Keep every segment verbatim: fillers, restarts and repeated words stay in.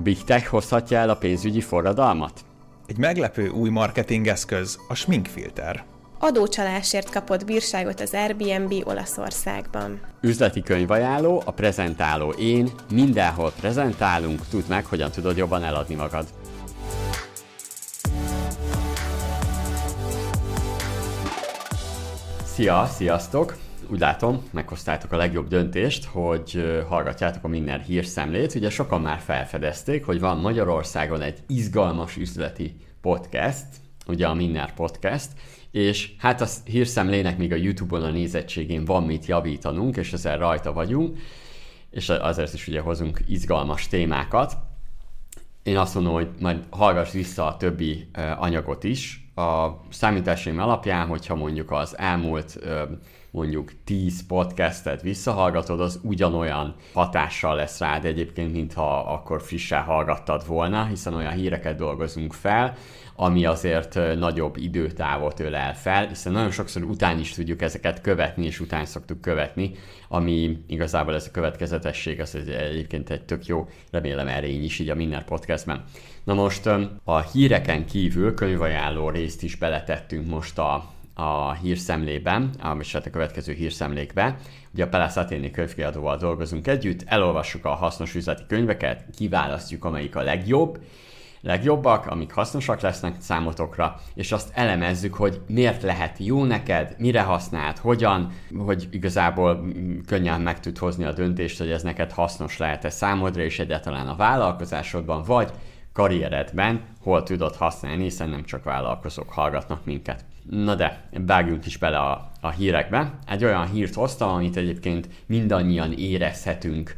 Big Tech hozhatja el a pénzügyi forradalmat? Egy meglepő új marketingeszköz, a sminkfilter. Adócsalásért kapott bírságot az Airbnb Olaszországban. Üzleti könyvajánló, a prezentáló én, mindenhol prezentálunk, tudd meg, hogyan tudod jobban eladni magad. Szia, sziasztok! Úgy látom, meghoztátok a legjobb döntést, hogy hallgatjátok a Minner hírszemlét. Ugye sokan már felfedezték, hogy van Magyarországon egy izgalmas üzleti podcast, ugye a Minner Podcast, és hát a hírszemlének még a YouTube-on a nézettségén van mit javítanunk, és ezzel rajta vagyunk, és azért is ugye hozunk izgalmas témákat. Én azt mondom, hogy majd hallgass vissza a többi uh, anyagot is. A számításaim alapján, hogyha mondjuk az elmúlt uh, mondjuk tíz podcastet visszahallgatod, az ugyanolyan hatással lesz rád egyébként, mintha akkor frissen hallgattad volna, hiszen olyan híreket dolgozunk fel, ami azért nagyobb időtávot ölel fel, hiszen nagyon sokszor után is tudjuk ezeket követni, és után szoktuk követni, ami igazából ez a következetesség, az egyébként egy tök jó, remélem erény is így a Minner Podcastben. Na most a híreken kívül könyvajánló részt is beletettünk most a a hírszemlében, és hát a következő hírszemlékbe. Ugye a Palace Athéné könyvkiadóval dolgozunk együtt, elolvassuk a hasznos üzleti könyveket, kiválasztjuk, amelyik a legjobb, legjobbak, amik hasznosak lesznek számotokra, és azt elemezzük, hogy miért lehet jó neked, mire használd, hogyan, hogy igazából könnyen meg tud hozni a döntést, hogy ez neked hasznos lehet-e számodra, és egyáltalán a vállalkozásodban, vagy karrieredben, hol tudod használni, hiszen nem csak vállalkozók hallgatnak minket. Na de, vágjunk is bele a, a hírekbe. Egy olyan hírt hoztam, amit egyébként mindannyian érezhetünk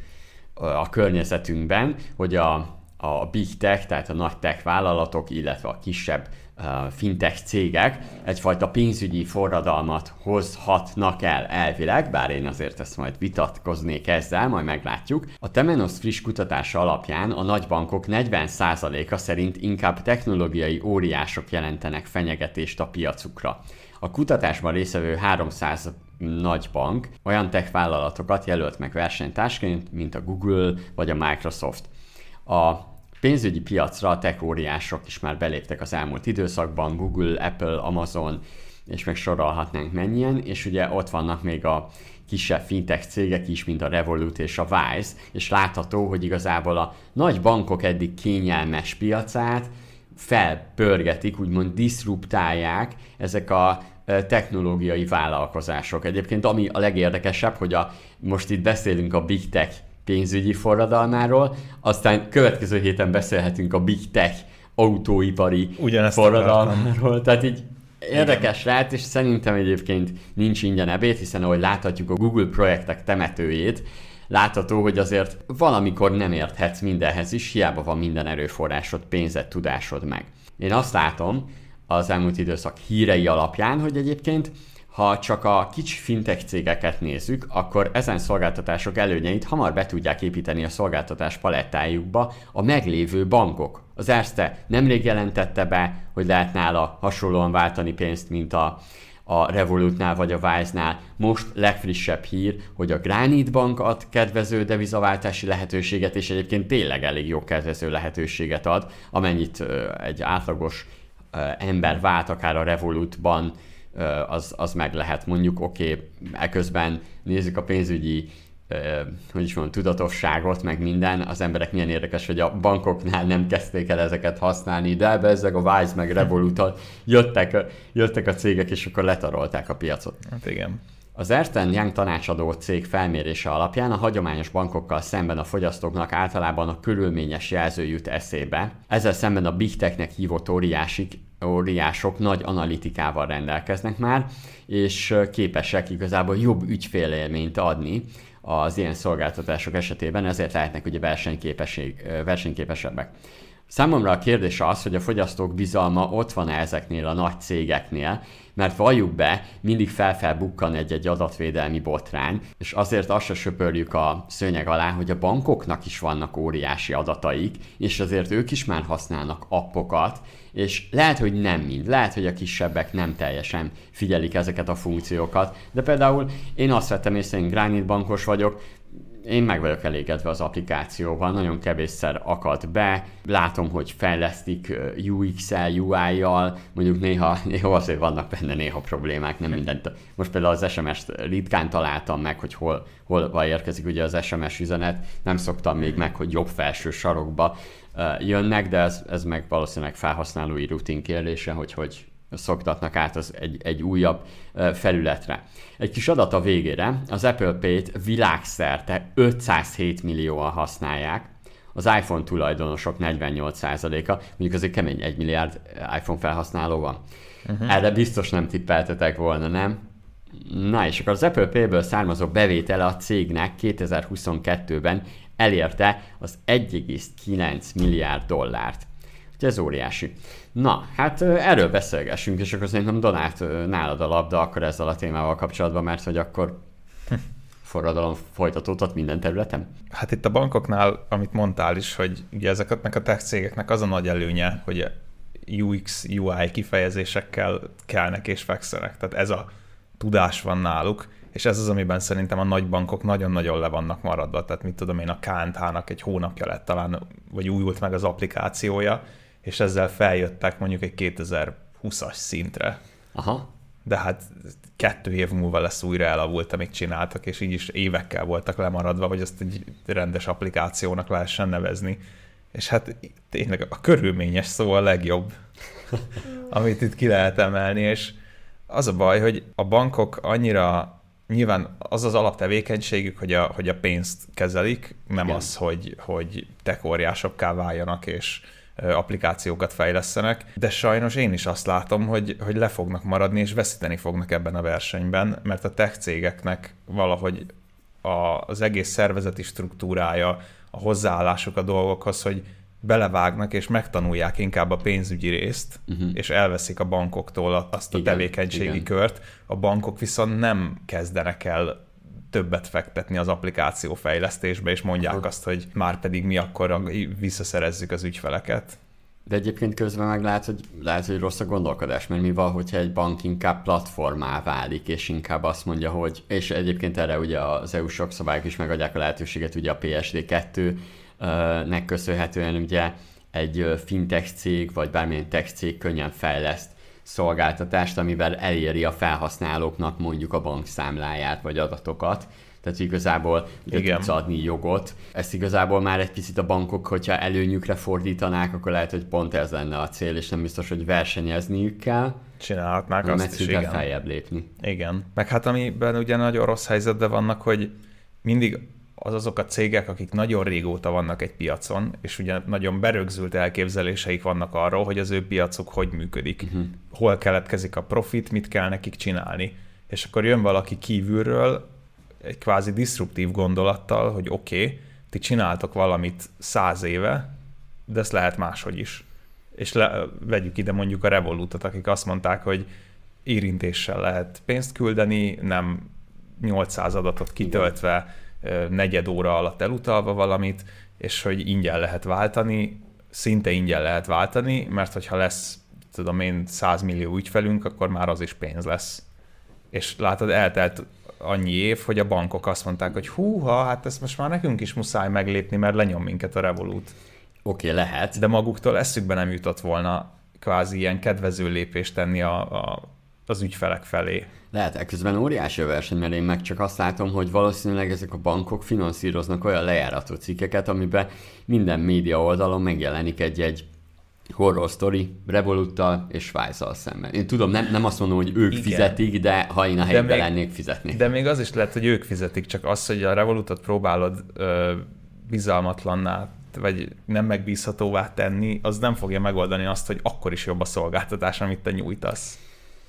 a környezetünkben, hogy a, a big tech, tehát a nagy tech vállalatok, illetve a kisebb uh, fintech cégek egyfajta pénzügyi forradalmat hozhatnak el elvileg, bár én azért ezt majd vitatkoznék ezzel, majd meglátjuk. A Temenos friss kutatása alapján a nagybankok negyven százaléka szerint inkább technológiai óriások jelentenek fenyegetést a piacukra. A kutatásban résztvevő háromszáz nagy bank olyan tech vállalatokat jelölt meg versenytársként, mint a Google vagy a Microsoft. A pénzügyi piacra a tech óriások is már beléptek az elmúlt időszakban, Google, Apple, Amazon, és meg sorolhatnánk mennyien, és ugye ott vannak még a kisebb fintech cégek is, mint a Revolut és a Wise, és látható, hogy igazából a nagy bankok eddig kényelmes piacát felpörgetik, úgymond diszruptálják ezek a technológiai vállalkozások. Egyébként ami a legérdekesebb, hogy a, most itt beszélünk a Big Tech pénzügyi forradalmáról, aztán következő héten beszélhetünk a Big Tech autóipari Ugyanezt forradalmáról. Tehát így érdekes Igen. lehet, és szerintem egyébként nincs ingyen ebéd, hiszen ahogy láthatjuk a Google projektek temetőjét, látható, hogy azért valamikor nem érthetsz mindenhez is, hiába van minden erőforrásod, pénzed, tudásod meg. Én azt látom az elmúlt időszak hírei alapján, hogy egyébként ha csak a kicsi fintech cégeket nézzük, akkor ezen szolgáltatások előnyeit hamar be tudják építeni a szolgáltatás palettájukba a meglévő bankok. Az Erste nemrég jelentette be, hogy lehet nála hasonlóan váltani pénzt, mint a, a Revolutnál vagy a Wise-nál. Most legfrissebb hír, hogy a Granite Bank ad kedvező devizaváltási lehetőséget, és egyébként tényleg elég jó kedvező lehetőséget ad, amennyit egy átlagos ember vált akár a Revolutban, Az, az meg lehet mondjuk, oké, okay, eközben nézzük a pénzügyi uh, hogy is mondjam, tudatosságot, meg minden, az emberek milyen érdekes, hogy a bankoknál nem kezdték el ezek használni, de ebbe ezek a Wise meg Revolut-tal jöttek, jöttek a cégek, és akkor letarolták a piacot. Hát igen. Az Ernst and Young tanácsadó cég felmérése alapján a hagyományos bankokkal szemben a fogyasztóknak általában a körülményes jelző jut eszébe. Ezzel szemben a Big Technek hívott óriásik óriások nagy analitikával rendelkeznek már, és képesek igazából jobb ügyfélélményt adni az ilyen szolgáltatások esetében, ezért lehetnek ugye versenyképesebbek. Számomra a kérdés az, hogy a fogyasztók bizalma ott van-e ezeknél a nagy cégeknél, mert valljuk be, mindig fel-felbukkan egy-egy adatvédelmi botrány, és azért azt se söpörjük a szőnyeg alá, hogy a bankoknak is vannak óriási adataik, és azért ők is már használnak appokat, és lehet, hogy nem mind, lehet, hogy a kisebbek nem teljesen figyelik ezeket a funkciókat, de például én azt vettem észre, én Granite bankos vagyok, én meg vagyok elégedve az applikációval, nagyon kevésszer akad be, látom, hogy fejlesztik u iksz-el, u í-jal, mondjuk néha, néha azért vannak benne néha problémák, nem mindent. Most például az es em es-t ritkán találtam meg, hogy hol, hol érkezik ugye az es em es üzenet, nem szoktam még meg, hogy jobb felső sarokba jönnek, de ez, ez meg valószínűleg felhasználói rutin kérdése, hogy hogy szoktatnak át az egy, egy újabb felületre. Egy kis adat a végére, az Apple Pay-t világszerte ötszázhét millióan használják, az iPhone tulajdonosok negyvennyolc százaléka, mondjuk azért kemény egy milliárd iPhone felhasználó van. Uh-huh. Erre biztos nem tippeltetek volna, nem? Na és akkor az Apple Pay-ből származó bevétele a cégnek kétezer-huszonkettőben elérte az egy egész kilenc milliárd dollárt. Ez óriási. Na, hát erről beszélgessünk, és akkor szerintem Donát, nálad a labda akkor ezzel a témával kapcsolatban, mert hogy akkor forradalom folytatódhat minden területen. Hát itt a bankoknál, amit mondtál is, hogy ugye ezeknek a tech cégeknek az a nagy előnye, hogy u iksz, u í kifejezésekkel kelnek és fekszenek. Tehát ez a tudás van náluk, és ez az, amiben szerintem a nagy bankok nagyon-nagyon le vannak maradva. Tehát mit tudom én, a ká en té-nak egy hónapja lett talán, vagy újult meg az applikációja, és ezzel feljöttek mondjuk egy kétezer-húszas szintre. Aha. De hát kettő év múlva lesz újra elavult, amit csináltak, és így is évekkel voltak lemaradva, hogy ezt egy rendes applikációnak lehessen nevezni. És hát tényleg a körülményes szó a legjobb, amit itt ki lehet emelni, és az a baj, hogy a bankok annyira, nyilván az az alaptevékenységük, hogy a, hogy a pénzt kezelik, nem Igen. az, hogy, hogy tech óriásokká váljanak, és applikációkat fejlesztenek, de sajnos én is azt látom, hogy, hogy le fognak maradni, és veszíteni fognak ebben a versenyben, mert a tech cégeknek valahogy a, az egész szervezeti struktúrája, a hozzáállásuk a dolgokhoz, hogy belevágnak, és megtanulják inkább a pénzügyi részt, uh-huh. és elveszik a bankoktól azt a igen, tevékenységi igen. kört. A bankok viszont nem kezdenek el többet fektetni az applikáció fejlesztésbe, és mondják uh-huh. azt, hogy már pedig mi akkor visszaszerezzük az ügyfeleket. De egyébként közben meg lehet, hogy, lehet, hogy rossz a gondolkodás, mert mi van, hogyha egy bank inkább platformá válik, és inkább azt mondja, hogy, és egyébként erre ugye az é u-s jogszabályok is megadják a lehetőséget, ugye a pé es dé kettőnek köszönhetően ugye egy fintech cég, vagy bármilyen tech cég könnyen fejleszt szolgáltatást, amivel eléri a felhasználóknak mondjuk a bankszámláját, vagy adatokat. Tehát igazából ugye tudsz adni jogot. Ezt igazából már egy picit a bankok, hogyha előnyükre fordítanák, akkor lehet, hogy pont ez lenne a cél, és nem biztos, hogy versenyezniük kell. Csinálhatnák azt is, igen. feljebb lépni. Igen. Meg hát amiben ugye nagyon rossz helyzetben vannak, hogy mindig az azok a cégek, akik nagyon régóta vannak egy piacon, és ugye nagyon berögzült elképzeléseik vannak arról, hogy az ő piacuk hogy működik, uh-huh. hol keletkezik a profit, mit kell nekik csinálni. És akkor jön valaki kívülről egy kvázi diszruptív gondolattal, hogy oké, okay, ti csináltok valamit száz éve, de ezt lehet máshogy is. És le, vegyük ide mondjuk a Revolutot, akik azt mondták, hogy érintéssel lehet pénzt küldeni, nem nyolcszáz adatot kitöltve, negyed óra alatt elutalva valamit, és hogy ingyen lehet váltani, szinte ingyen lehet váltani, mert hogyha lesz, tudom én, száz millió ügyfelünk, akkor már az is pénz lesz. És látod, eltelt annyi év, hogy a bankok azt mondták, hogy húha, hát ezt most már nekünk is muszáj meglépni, mert lenyom minket a Revolut. Oké, okay, lehet. De maguktól eszükbe nem jutott volna kvázi ilyen kedvező lépést tenni a, a, az ügyfelek felé. Lehet, ekközben óriási a verseny, mert én meg csak azt látom, hogy valószínűleg ezek a bankok finanszíroznak olyan lejárató cikkeket, amiben minden média oldalon megjelenik egy-egy horror story Revoluttal és Svájzzal szemben. Én tudom, nem, nem azt mondom, hogy ők igen. fizetik, de ha én a helyben lennék, fizetnék. De még az is lehet, hogy ők fizetik, csak az, hogy a Revolutot próbálod ö, bizalmatlanná, vagy nem megbízhatóvá tenni, az nem fogja megoldani azt, hogy akkor is jobb a szolgáltatás, amit te nyújtasz.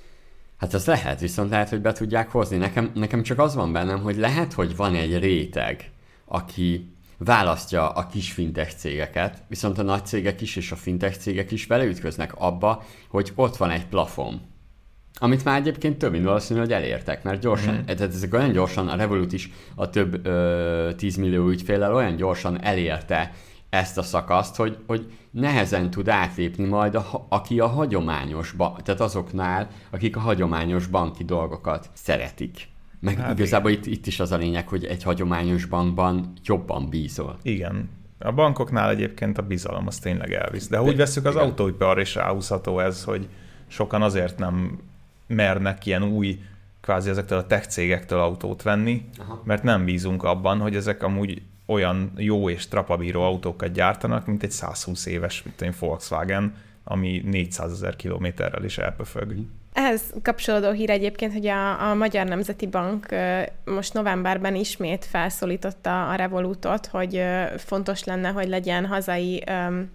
Hát az lehet, viszont lehet, hogy be tudják hozni. Nekem, nekem csak az van bennem, hogy lehet, hogy van egy réteg, aki választja a kis fintech cégeket, viszont a nagy cégek is és a fintech cégek is beleütköznek abba, hogy ott van egy plafon, amit már egyébként több mint valószínű, hogy elértek, mert gyorsan, mm. tehát ezek olyan gyorsan, a Revolut is a több ö, tíz millió ügyféllel olyan gyorsan elérte ezt a szakaszt, hogy, hogy nehezen tud átlépni majd, a, aki a hagyományos, tehát azoknál, akik a hagyományos banki dolgokat szeretik. Meg hát igazából itt, itt is az a lényeg, hogy egy hagyományos bankban jobban bízol. Igen. A bankoknál egyébként a bizalom az tényleg elvisz. De ha úgy vesszük, az autóipar is ráhúzható ez, hogy sokan azért nem mernek ilyen új, kvázi ezektől a tech cégektől autót venni, aha, mert nem bízunk abban, hogy ezek amúgy olyan jó és trapabíró autókat gyártanak, mint egy százhúsz éves, mint egy Volkswagen, ami négyszázezer kilométerrel is elpöfög. Ehhez kapcsolódó hír egyébként, hogy a, a Magyar Nemzeti Bank most novemberben ismét felszólította a Revolutot, hogy fontos lenne, hogy legyen hazai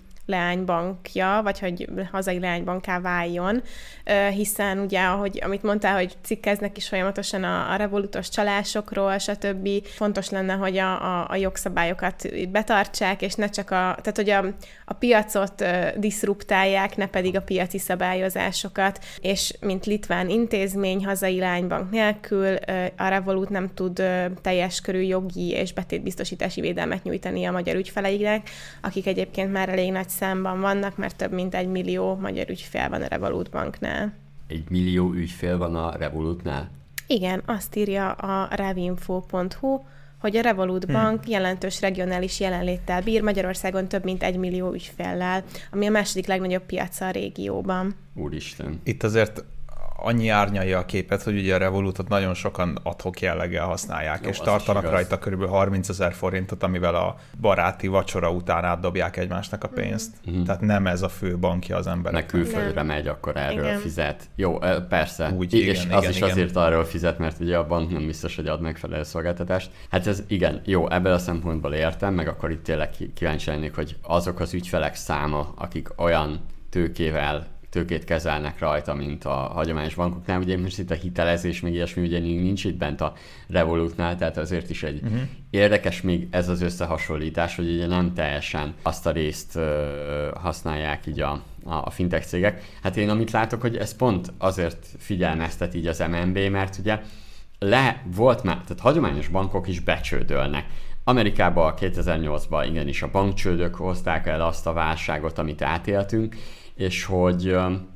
leánybankja, vagy hogy hazai leánybanká váljon, hiszen ugye, ahogy, amit mondtál, hogy cikkeznek is folyamatosan a, a revolutos csalásokról, stb. Fontos lenne, hogy a, a, a jogszabályokat betartsák, és ne csak a, tehát hogy a, a piacot diszruptálják, ne pedig a piaci szabályozásokat, és mint litván intézmény, hazai leánybank nélkül a Revolut nem tud teljes körű jogi és betétbiztosítási védelmet nyújtani a magyar ügyfeleiknek, akik egyébként már elég nagy számban vannak, mert több mint egy millió magyar ügyfél van a Revolut Banknál. Egy millió ügyfél van a Revolutnál? Igen, azt írja a revinfo pont hu, hogy a Revolut hmm. Bank jelentős regionális jelenléttel bír, Magyarországon több mint egy millió ügyféllel, ami a második legnagyobb piaca a régióban. Úristen. Itt azért annyi árnyalja a képet, hogy ugye a Revolutot nagyon sokan ad-hoc jelleggel használják, jó, és tartanak rajta körülbelül harmincezer forintot, amivel a baráti vacsora után átdobják egymásnak a pénzt. Mm. Tehát nem ez a fő bankja az emberek. Meg külföldre megy, akkor erről igen. fizet. Jó, persze. Úgy, és igen, az igen, is igen. azért arról fizet, mert ugye a bank nem biztos, hogy ad megfelelő szolgáltatást. Hát ez igen, jó, ebből a szempontból értem, meg akkor itt tényleg kíváncsi lennék, hogy azok az ügyfelek száma, akik olyan tőkével tőkét kezelnek rajta, mint a hagyományos bankoknál. Ugye most itt a hitelezés, még ilyesmi ugye nincs itt bent a Revolutnál, tehát azért is egy uh-huh. érdekes még ez az összehasonlítás, hogy ugye nem teljesen azt a részt uh, használják így a, a, a fintech cégek. Hát én amit látok, hogy ez pont azért figyelmeztet így az em en bé, mert ugye le volt már, tehát hagyományos bankok is becsődölnek. Amerikában kétezer-nyolcban igenis a bankcsődök hozták el azt a válságot, amit átéltünk, és hogy,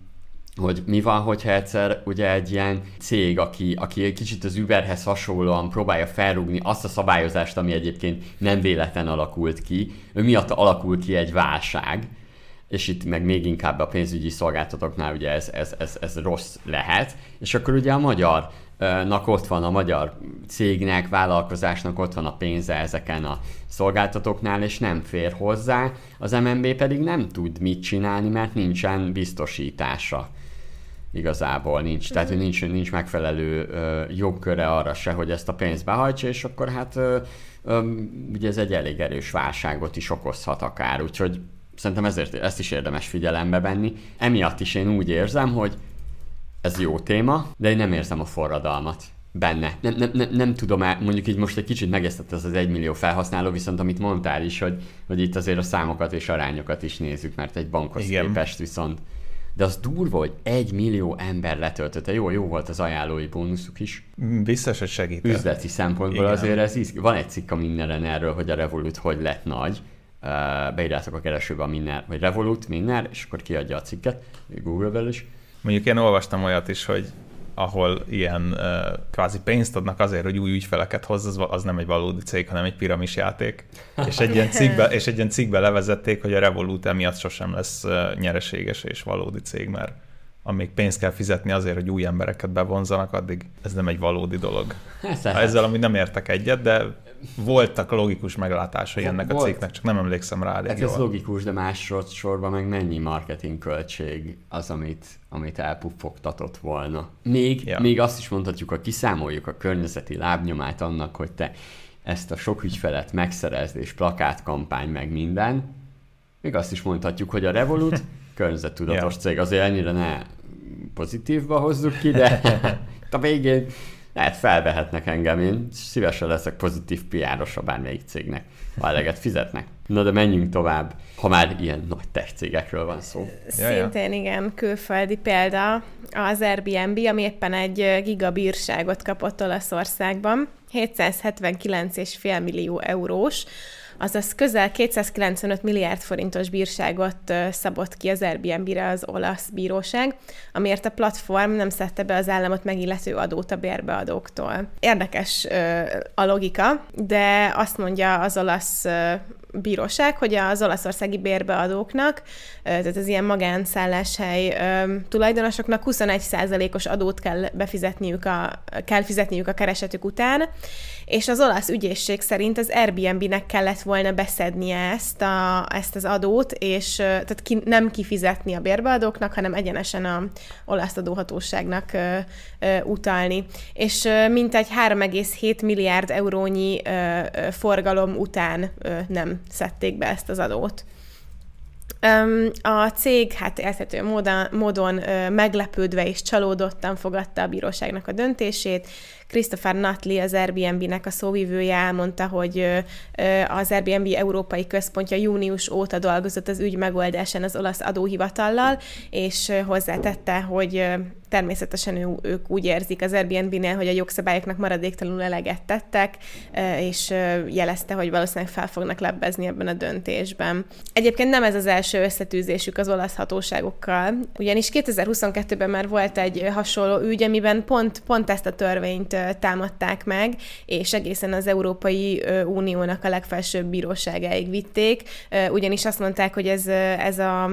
hogy mi van, hogyha egyszer ugye egy ilyen cég, aki, aki egy kicsit az Uberhez hasonlóan próbálja felrúgni azt a szabályozást, ami egyébként nem véletlen alakult ki, ő miatt alakul ki egy válság, és itt meg még inkább a pénzügyi szolgáltatóknál ugye ez, ez, ez, ez rossz lehet, és akkor ugye a magyar nak ott van a magyar cégnek, vállalkozásnak ott van a pénze ezeken a szolgáltatóknál, és nem fér hozzá, az em en bé pedig nem tud mit csinálni, mert nincsen biztosítása. Igazából nincs, tehát hogy nincs, nincs megfelelő ö, jogköre arra se, hogy ezt a pénzt behajtsa, és akkor hát ö, ö, ugye ez egy elég erős válságot is okozhat akár, úgyhogy szerintem ezért ezt is érdemes figyelembe venni. Emiatt is én úgy érzem, hogy ez jó téma, de én nem érzem a forradalmat benne. Nem, nem, nem, nem tudom el, mondjuk így most egy kicsit megesztett ez az egymillió felhasználó, viszont amit mondtál is, hogy, hogy itt azért a számokat és arányokat is nézzük, mert egy bankhoz igen. képest viszont. De az durva, hogy egy millió ember letöltötte. Jó, jó volt az ajánlói bónuszuk is. Biztos, hogy segített. Üzleti szempontból igen. azért ez izg... Van egy cikk a Mindenen erről, hogy a Revolut hogy lett nagy. Uh, beírjátok a keresőbe a Minner, vagy Revolut, Minner, és akkor kiadja a cikket, Google-ből is. Mondjuk én olvastam olyat is, hogy ahol ilyen uh, kvázi pénzt adnak azért, hogy új ügyfeleket hoz, az, az nem egy valódi cég, hanem egy piramis játék. és, egy ilyen cikkbe, és egy ilyen cikkbe levezették, hogy a Revolut emiatt sosem lesz uh, nyereséges és valódi cég, mert amíg pénzt kell fizetni azért, hogy új embereket bevonzanak, addig ez nem egy valódi dolog. Ezzel amúgy nem értek egyet, de voltak logikus meglátásai ennek Volt. a cikknek, csak nem emlékszem rá. Hát ez logikus, de másodszorban meg mennyi marketing költség az, amit, amit elpuffogtatott volna. Még, ja. még azt is mondhatjuk, hogy kiszámoljuk a környezeti lábnyomát annak, hogy te ezt a sok ügyfelet megszerezd, és plakátkampány meg minden. Még azt is mondhatjuk, hogy a Revolut környezettudatos ja. cég. Azért ennyire ne pozitívba hozzuk ki, de a végén lehet felvehetnek engem, én szívesen leszek pozitív pé er-os a bármelyik cégnek, ha eleget fizetnek. Na de menjünk tovább, ha már ilyen nagy tech cégekről van szó. Szintén igen, külföldi példa az Airbnb, ami éppen egy gigabírságot kapott Olaszországban, hétszázhetvenkilenc egész öt millió eurós, azaz közel kétszázkilencvenöt milliárd forintos bírságot szabott ki az Airbnb-re az olasz bíróság, amiért a platform nem szedte be az államot megillető adót a bérbeadóktól. Érdekes a logika, de azt mondja az olasz bíróság, hogy az olaszországi bérbeadóknak, tehát az ilyen magánszálláshely tulajdonosoknak huszonegy százalékos adót kell befizetniük a, kell fizetniük a keresetük után, és az olasz ügyészség szerint az Airbnb-nek kellett volna beszednie ezt, a, ezt az adót, és tehát ki, nem kifizetni a bérbeadóknak, hanem egyenesen a olasz adóhatóságnak ö, ö, utalni. És ö, mintegy három egész hét milliárd eurónyi ö, ö, forgalom után ö, nem szedték be ezt az adót. A cég hát érthető módon, módon meglepődve és csalódottan fogadta a bíróságnak a döntését. Christopher Nutley, az Airbnb-nek a szóvivője elmondta, hogy az Airbnb európai központja június óta dolgozott az ügy megoldásán az olasz adóhivatallal, és hozzátette, hogy természetesen ő, ők úgy érzik az Airbnb-nél, hogy a jogszabályoknak maradéktalanul eleget tettek, és jelezte, hogy valószínűleg fel fognak lebbezni ebben a döntésben. Egyébként nem ez az első összetűzésük az olasz hatóságokkal, ugyanis kétezer-huszonkettőben már volt egy hasonló ügy, amiben pont, pont ezt a törvényt támadták meg, és egészen az Európai Uniónak a legfelsőbb bíróságáig vitték, ugyanis azt mondták, hogy ez, ez a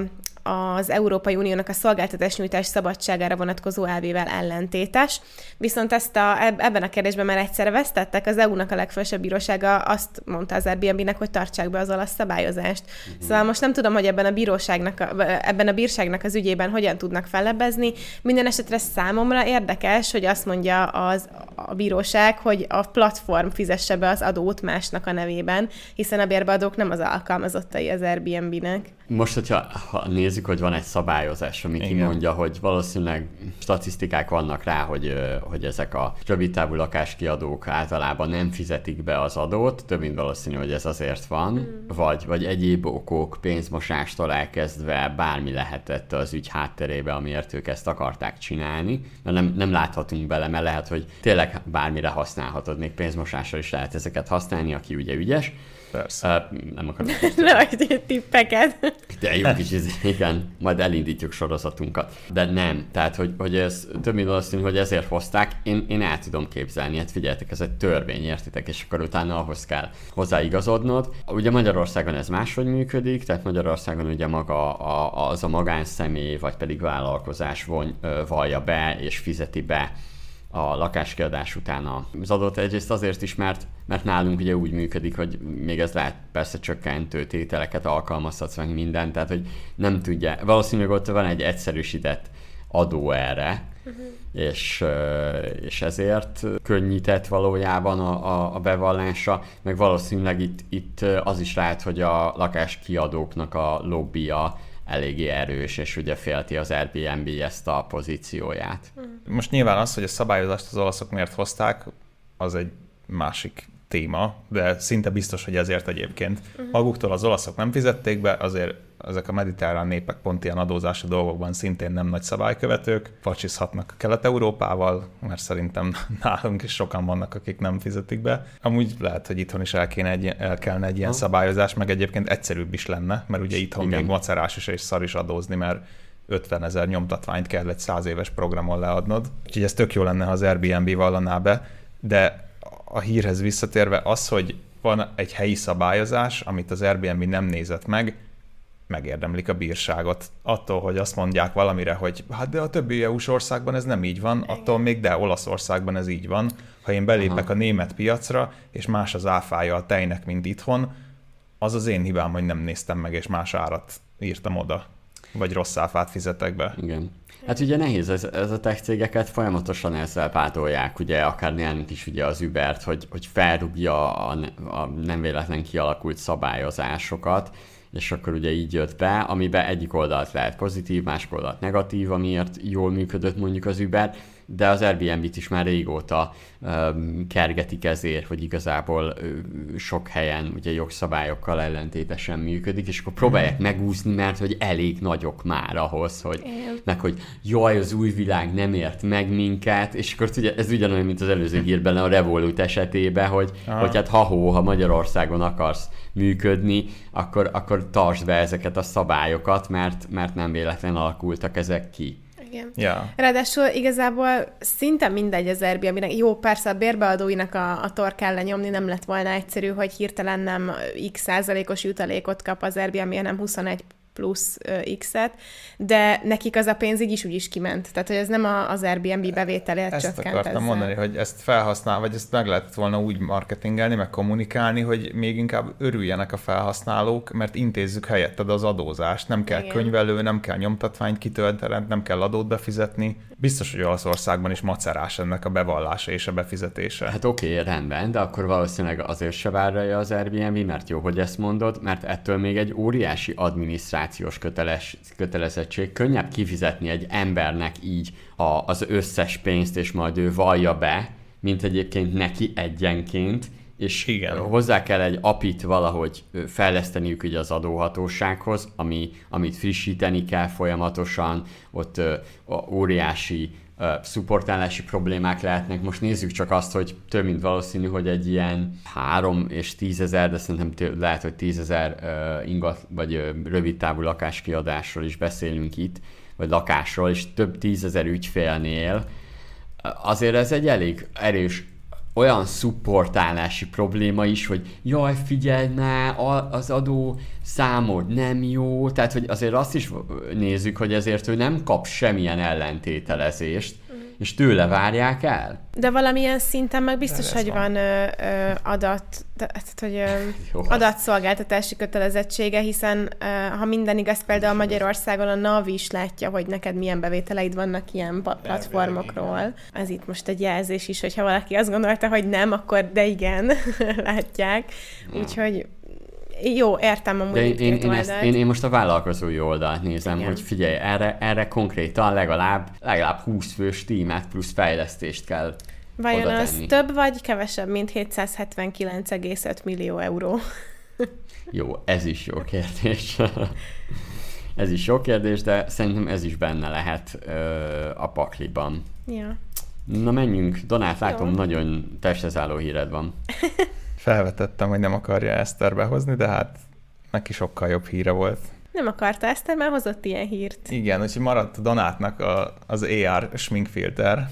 az Európai Uniónak a szolgáltatásnyújtás szabadságára vonatkozó elvével ellentétes. Viszont ezt a, ebben a kérdésben már egyszerre vesztettek, az é u-nak a legfelsőbb bírósága azt mondta az Airbnb-nek, hogy tartsák be az olasz szabályozást. Uh-huh. Szóval most nem tudom, hogy ebben a bíróságnak, a, ebben a bírságnak az ügyében hogyan tudnak fellebbezni. Minden esetre számomra érdekes, hogy azt mondja az, a bíróság, hogy a platform fizesse be az adót másnak a nevében, hiszen a bérbeadók nem az alkalmazottai az Airbnb-nek. Most, hogyha ha nézzük, hogy van egy szabályozás, ami kimondja, hogy valószínűleg statisztikák vannak rá, hogy, hogy ezek a rövidtávú lakáskiadók általában nem fizetik be az adót, több mint valószínű, hogy ez azért van, mm. vagy, vagy egyéb okok, pénzmosástól elkezdve bármi lehetett az ügy hátterébe, amiért ők ezt akarták csinálni, mert nem, nem láthatunk bele, mert lehet, hogy tényleg bármire használhatod, még pénzmosásra is lehet ezeket használni, aki ugye ügyes. Persze. Uh, nem akarok. Nagy tippeket. De jó kis, igen, majd elindítjuk sorozatunkat. De nem, tehát, hogy, hogy ez több mint valószínű, hogy ezért hozták, én, én el tudom képzelni, hát figyeljetek, ez egy törvény, értitek, és akkor utána ahhoz kell hozzáigazodnod. Ugye Magyarországon ez máshogy működik, tehát Magyarországon ugye maga a, az a magánszemély, vagy pedig vállalkozás von, vallja be, és fizeti be a lakáskiadás után az adót. Egyrészt azért is, mert, mert nálunk ugye úgy működik, hogy még ez lehet persze csökkentő tételeket alkalmazhatsz meg mindent, tehát hogy nem tudja, valószínűleg ott van egy egyszerűsített adó erre, uh-huh. és, és ezért könnyített valójában a, a, a bevallása, meg valószínűleg itt, itt az is lehet, hogy a lakáskiadóknak a lobbija eléggé erős, és ugye félti az Airbnb ezt a pozícióját. Most nyilván az, hogy a szabályozást az olaszok miért hozták, az egy másik téma, de szinte biztos, hogy ezért egyébként. Uh-huh. Maguktól az olaszok nem fizették be, azért ezek a mediterrán népek pont ilyen adózási dolgokban szintén nem nagy szabálykövetők, facsizhatnak Kelet-Európával, mert szerintem nálunk is sokan vannak, akik nem fizetik be. Amúgy lehet, hogy itthon is el, kéne egy, el kellene egy ilyen uh-huh. szabályozás, meg egyébként egyszerűbb is lenne, mert ugye itthon igen. még macerás is és szar is adózni, mert ötvenezer nyomtatványt kell egy száz éves programon leadnod. Úgyhogy ez tök jó lenne, ha az Airbnb vallaná be, de a hírhez visszatérve az, hogy van egy helyi szabályozás, amit az Airbnb nem nézett meg, megérdemlik a bírságot. Attól, hogy azt mondják valamire, hogy hát de a többi é u-s országban ez nem így van, attól még de Olaszországban ez így van. Ha én belépek Aha. a német piacra, és más az áfája a tejnek, mint itthon, az az én hibám, hogy nem néztem meg, és más árat írtam oda. Vagy rossz áfát fizetek be. Igen. Hát ugye nehéz, ez, ez a tech cégeket folyamatosan ezzel pádolják, ugye akár nálunk is ugye az Ubert, hogy, hogy felrúgja a, a nem véletlen kialakult szabályozásokat, és akkor ugye így jött be, amiben egyik oldalt lehet pozitív, másik oldalt negatív, amiért jól működött mondjuk az Uber, de az Airbnb-t is már régóta um, kergetik ezért, hogy igazából uh, sok helyen ugye jogszabályokkal ellentétesen működik, és akkor próbálják mm. megúszni, mert hogy elég nagyok már ahhoz, hogy Igen. meg hogy jaj, az új világ nem ért meg minket, és akkor ugye, ez ugyanolyan, mint az előző hírben a Revolut esetében, hogy, hogy hát ha-hó, ha Magyarországon akarsz működni, akkor, akkor tartsd be ezeket a szabályokat, mert, mert nem véletlen alakultak ezek ki. Igen. Ja. Ráadásul igazából szinte mindegy az Airbnb-nek. Jó, persze a bérbeadóinak a, a torkán lenyomni nem lett volna egyszerű, hogy hirtelen nem x százalékos jutalékot kap az Airbnb, hanem huszonegy plusz X-et, de nekik az a pénz így is úgy is kiment. Tehát, hogy ez nem a, az Airbnb bevételét ezt csökkent. Ezt akartam ezzel mondani, hogy ezt felhasznál, vagy ezt meg lehetett volna úgy marketingelni, meg kommunikálni, hogy még inkább örüljenek a felhasználók, mert intézzük helyetted az adózást. Nem kell Igen. könyvelő, nem kell nyomtatványt kitöltened, nem kell adót befizetni. Biztos, hogy Olaszországban is macerás ennek a bevallása és a befizetése. Hát oké, okay, rendben, de akkor valószínűleg azért se várja az Airbnb, mert jó, hogy ezt mondod, mert ettől még egy óriási adminisztrációs köteles, kötelezettség. Könnyebb kifizetni egy embernek így a, az összes pénzt, és majd ő vallja be, mint egyébként neki egyenként, és Igen. hozzá kell egy apit valahogy fejleszteniük ugye az adóhatósághoz, ami, amit frissíteni kell folyamatosan, ott ö, óriási ö, szupportálási problémák lehetnek. Most nézzük csak azt, hogy több mint valószínű, hogy egy ilyen három és tízezer, de szerintem tő, lehet, hogy tízezer uh, ingat, vagy uh, rövidtávú lakáskiadásról is beszélünk itt, vagy lakásról, és több tízezer ügyfélnél. Azért ez egy elég erős olyan szupportálási probléma is, hogy jaj, figyelj már, az adó számod nem jó, tehát hogy azért azt is nézzük, hogy ezért ő nem kap semmilyen ellentételezést, mm. és tőle várják el. De valamilyen szinten meg biztos, hogy van, van ö, ö, adat, tehát, hogy ö, adatszolgáltatási kötelezettsége, hiszen ö, ha minden igaz, például Magyarországon a NAV is látja, hogy neked milyen bevételeid vannak ilyen platformokról. Ez itt most egy jelzés is, hogyha valaki azt gondolta, hogy nem, akkor de igen, látják. Ja. Úgyhogy jó, értem amúgy én, én, én, ezt, én, én most a vállalkozói oldalt nézem, Igen. hogy figyelj, erre, erre konkrétan legalább, legalább húsz fős tímet plusz fejlesztést kell Vajon oda az tenni. több vagy kevesebb, mint hétszázhetvenkilenc egész öt millió euró? Jó, ez is jó kérdés. Ez is jó kérdés, de szerintem ez is benne lehet ö, a pakliban. Ja. Na menjünk. Donát, látom, jó. nagyon testhez álló híred van. Felvetettem, hogy nem akarja Eszter behozni, de hát neki sokkal jobb híre volt. Nem akarta Eszter, már hozott ilyen hírt. Igen, úgyhogy maradt a Donátnak a, az á er sminkfilter.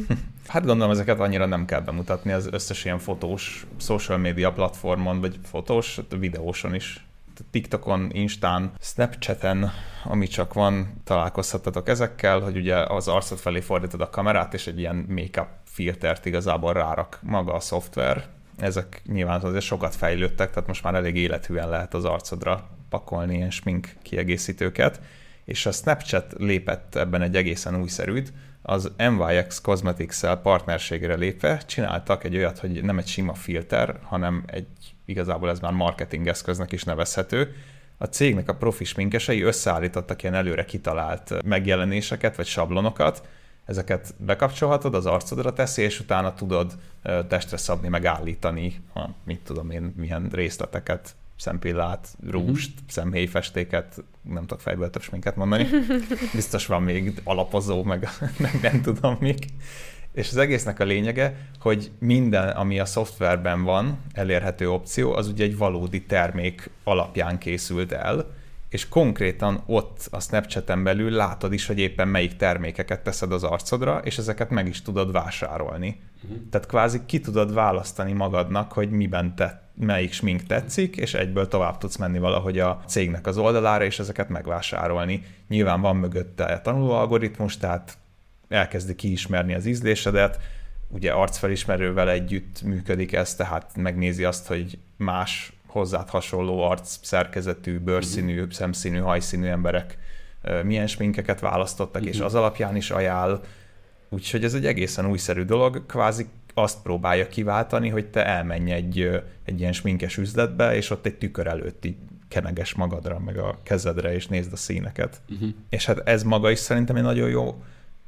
Hát gondolom, ezeket annyira nem kell bemutatni az összes ilyen fotós social media platformon, vagy fotós, videóson is. TikTokon, Instán, Snapchaten, ami csak van, találkozhattatok ezekkel, hogy ugye az arcod felé fordítod a kamerát, és egy ilyen make-up filtert igazából rárak maga a szoftver. Ezek nyilván azért sokat fejlődtek, tehát most már elég élethűen lehet az arcodra pakolni ilyen smink kiegészítőket, és a Snapchat lépett ebben egy egészen újszerűt, az em vé iksz Cosmetics-szel partnerségre lépve csináltak egy olyat, hogy nem egy sima filter, hanem egy, igazából ez már marketing eszköznek is nevezhető. A cégnek a profi sminkesei összeállítottak ilyen előre kitalált megjelenéseket, vagy sablonokat, ezeket bekapcsolhatod, az arcodra teszi, és utána tudod testre szabni, meg állítani, mit tudom én, milyen részleteket, szempillát, rúst, uh-huh. szemhéjfestéket, nem tudok fejből több sminket mondani. Biztos van még alapozó, meg nem, nem tudom még. És az egésznek a lényege, hogy minden, ami a szoftverben van, elérhető opció, az ugye egy valódi termék alapján készült el, és konkrétan ott a Snapchaten belül látod is, hogy éppen melyik termékeket teszed az arcodra, és ezeket meg is tudod vásárolni. Uh-huh. Tehát kvázi ki tudod választani magadnak, hogy miben te, melyik smink tetszik, és egyből tovább tudsz menni valahogy a cégnek az oldalára, és ezeket megvásárolni. Nyilván van mögötte tanulóalgoritmus, tehát elkezdi kiismerni az ízlésedet, ugye arcfelismerővel együtt működik ez, tehát megnézi azt, hogy más hozzád hasonló arc szerkezetű, bőrszínű, uh-huh. szemszínű, hajszínű emberek milyen sminkeket választottak, uh-huh. és az alapján is ajánl. Úgyhogy ez egy egészen újszerű dolog, kvázi azt próbálja kiváltani, hogy te elmenj egy, egy ilyen sminkes üzletbe, és ott egy tükör előtt így keneges magadra, meg a kezedre, és nézd a színeket. Uh-huh. És hát ez maga is szerintem egy nagyon jó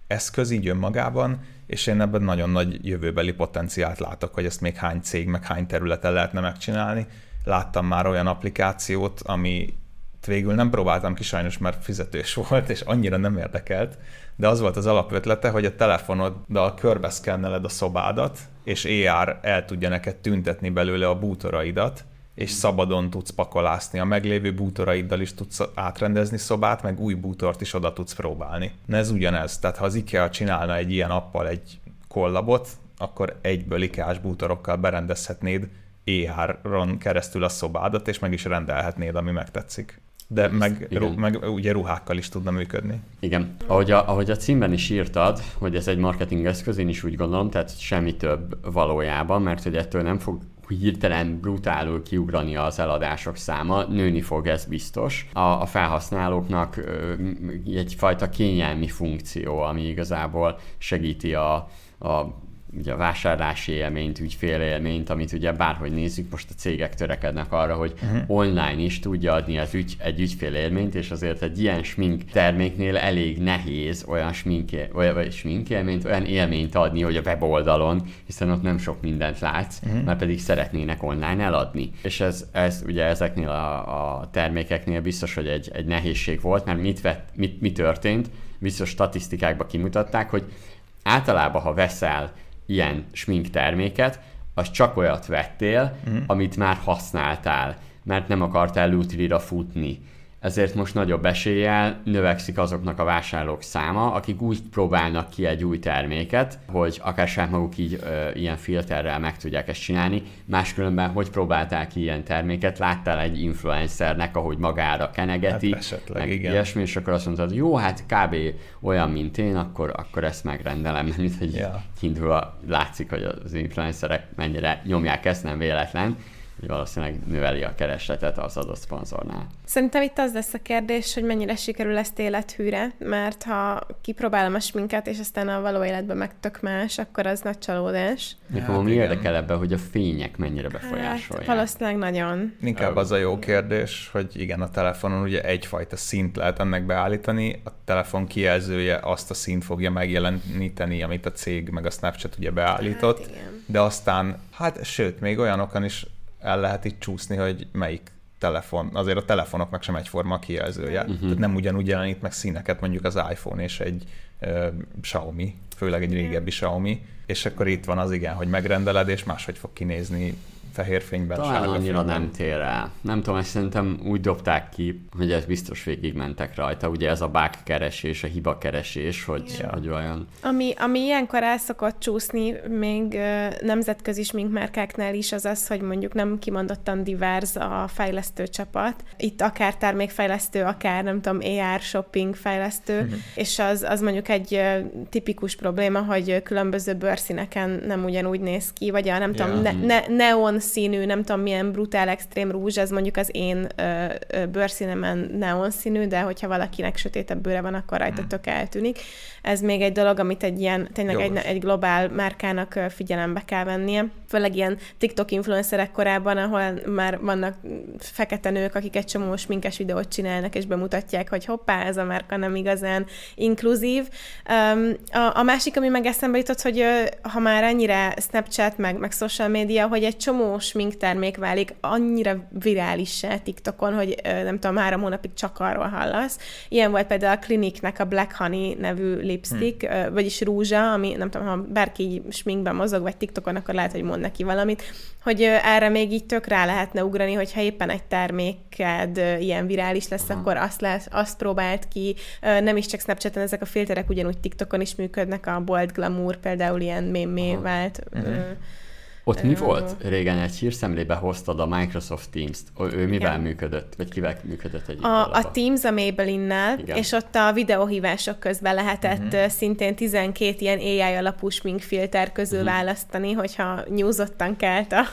eszköz így önmagában, és én ebben nagyon nagy jövőbeli potenciált látok, hogy ezt még hány cég, meg hány területen lehetne megcsinálni. Láttam már olyan applikációt, ami végül nem próbáltam ki sajnos, mert fizetős volt, és annyira nem érdekelt, de az volt az alapötlete, hogy a telefonoddal körbeszkenneled a szobádat, és á er el tudja neked tüntetni belőle a bútoraidat, és szabadon tudsz pakolászni. A meglévő bútoraiddal is tudsz átrendezni szobát, meg új bútort is oda tudsz próbálni. Na ez ugyanez, tehát ha az IKEA csinálna egy ilyen appal egy kollabot, akkor egyből IKEA-s bútorokkal berendezhetnéd á er-on keresztül a szobádat, és meg is rendelhetnéd, ami megtetszik. De meg, ru, meg ugye ruhákkal is tudna működni. Igen. Ahogy a, ahogy a címben is írtad, hogy ez egy marketing eszköz, én is úgy gondolom, tehát semmi több valójában, mert hogy ettől nem fog hirtelen brutálul kiugrani az eladások száma, nőni fog, ez biztos. A, a felhasználóknak ö, egyfajta kényelmi funkció, ami igazából segíti a, a ugye a vásárlási élményt, ügyfélélményt, amit ugye bárhogy nézzük, most a cégek törekednek arra, hogy uh-huh. online is tudja adni az ügy, egy ügyfélélményt, és azért egy ilyen smink terméknél elég nehéz olyan, sminké, olyan sminkélményt, olyan élményt adni, hogy a weboldalon, hiszen ott nem sok mindent látsz, uh-huh. mert pedig szeretnének online eladni. És ez, ez ugye ezeknél a, a termékeknél biztos, hogy egy, egy nehézség volt, mert mit, vett, mit, mi történt, biztos statisztikákban kimutatták, hogy általában, ha veszel ilyen smink terméket, az csak olyat vettél, mm. amit már használtál, mert nem akartál lútrira futni. Ezért most nagyobb eséllyel növekszik azoknak a vásárlók száma, akik úgy próbálnak ki egy új terméket, hogy akár saját maguk így ö, ilyen filterrel meg tudják ezt csinálni. Máskülönben, hogy próbálták ki ilyen terméket, láttál egy influencernek, ahogy magára kenegeti, hát esetleg, meg igen. ilyesmi, és akkor azt mondtad, jó, hát kb. Olyan, mint én, akkor, akkor ezt megrendelem, mert hogy yeah. kiindulva látszik, hogy az influencerek mennyire nyomják ezt, nem véletlen, hogy valószínűleg növeli a keresletet az adott szponzornál. Szerintem itt az lesz a kérdés, hogy mennyire sikerül ezt élethűre, mert ha kipróbálom a sminket, és aztán a való életben meg tök más, akkor az nagy csalódás. Nekem ami érdekel ebben, hogy a fények mennyire befolyásolják. Hát, valószínűleg nagyon. Inkább az a jó kérdés, hogy igen, a telefonon ugye egyfajta színt lehet ennek beállítani, a telefon kijelzője azt a színt fogja megjeleníteni, amit a cég meg a Snapchat ugye beállított, hát de aztán, hát sőt, még olyanokon is el lehet itt csúszni, hogy melyik telefon, azért a telefonoknak sem egyforma a kijelzője. Uh-huh. Tehát nem ugyanúgy jelenít meg színeket mondjuk az iPhone és egy uh, Xiaomi, főleg egy régebbi Xiaomi, és akkor itt van az igen, hogy megrendeled, és máshogy fog kinézni fehér fényben. Talán annyira nem tér el. Nem tudom, ezt szerintem úgy dobták ki, hogy ez biztos végigmentek rajta. Ugye ez a bug keresés, a hiba keresés, hogy, ja. hogy olyan... Ami, ami ilyenkor el szokott csúszni, még nemzetközi sminkmárkáknál is az az, hogy mondjuk nem kimondottan divers a fejlesztő csapat. Itt akár termékfejlesztő, akár nem tudom, á er shopping fejlesztő, uh-huh. és az, az mondjuk egy tipikus probléma, hogy különböző bőrszíneken nem ugyanúgy néz ki, vagy a nem ja. tudom, ne, ne, neon színű, nem tudom milyen brutál extrém rúzs, ez mondjuk az én ö, ö, bőrszínemen neon színű, de hogyha valakinek sötétebb bőre van, akkor rajta hmm. tök eltűnik. Ez még egy dolog, amit egy ilyen, tényleg egy, egy globál márkának figyelembe kell vennie. Főleg ilyen TikTok influencerek korában, ahol már vannak fekete nők, akik egy csomó sminkes videót csinálnak, és bemutatják, hogy hoppá, ez a márka nem igazán inkluzív. Um, a, a másik, ami meg eszembe jutott, hogy uh, ha már ennyire Snapchat, meg, meg social media, hogy egy csomó sminktermék válik annyira virálissá TikTokon, hogy uh, nem tudom, három hónapig csak arról hallasz. Ilyen volt például a Clinique-nek a Black Honey nevű lipstick, hmm. uh, vagyis rúzsa, ami nem tudom, ha bárki sminkben mozog, vagy TikTokon, akkor lehet, hogy mond neki valamit, hogy uh, erre még így tök rá lehetne ugrani, hogyha éppen egy terméked uh, ilyen virális lesz, uh-huh. akkor azt, lesz, azt próbált ki. Uh, nem is csak Snapchaten, ezek a filterek ugyanúgy TikTokon is működnek, a Bold Glamour például ilyen mémé uh-huh. vált. Uh-huh. Uh, Ott mi volt? Régen egy hírszemlébe hoztad a Microsoft Teams-t. Ő mivel igen. működött? Vagy kivel működött egyik a, a Teams a Maybelline-nel, és ott a videóhívások közben lehetett uh-huh. szintén tizenkét ilyen á i alapú sminkfilter közül uh-huh. választani, hogyha nyúzottan kelt a,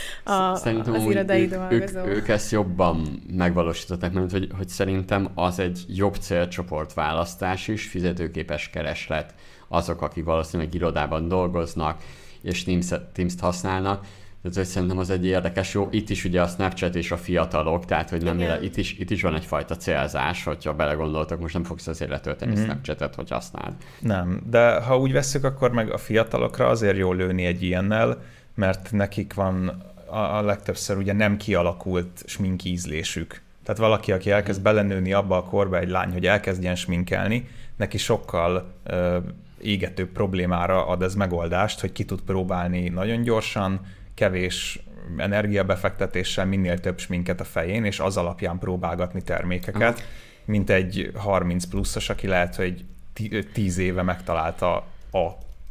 a, szerintem az irodai ők, dolgozó. Ők, ők ezt jobban megvalósították, mert hogy, hogy szerintem az egy jobb célcsoport választás is, fizetőképes kereslet azok, akik valószínűleg irodában dolgoznak, és Teams-t használnak, Tehát hogy szerintem az egy érdekes, jó, itt is ugye a Snapchat és a fiatalok, tehát hogy nem éle, itt, is, itt is van egyfajta célzás, hogyha belegondoltak, most nem fogsz azért letölteni mm-hmm. Snapchatet, hogy használd. Nem, de ha úgy vesszük, akkor meg a fiatalokra azért jó lőni egy ilyennel, mert nekik van a, a legtöbbször ugye nem kialakult sminkízlésük. Tehát valaki, aki elkezd belenőni abba a korba egy lány, hogy elkezdjen sminkelni, neki sokkal ö, égetőbb problémára ad ez megoldást, hogy ki tud próbálni nagyon gyorsan, kevés energiabefektetéssel minél több sminket a fején, és az alapján próbálgatni termékeket, aha. mint egy harminc pluszos, aki lehet, hogy tíz éve megtalálta a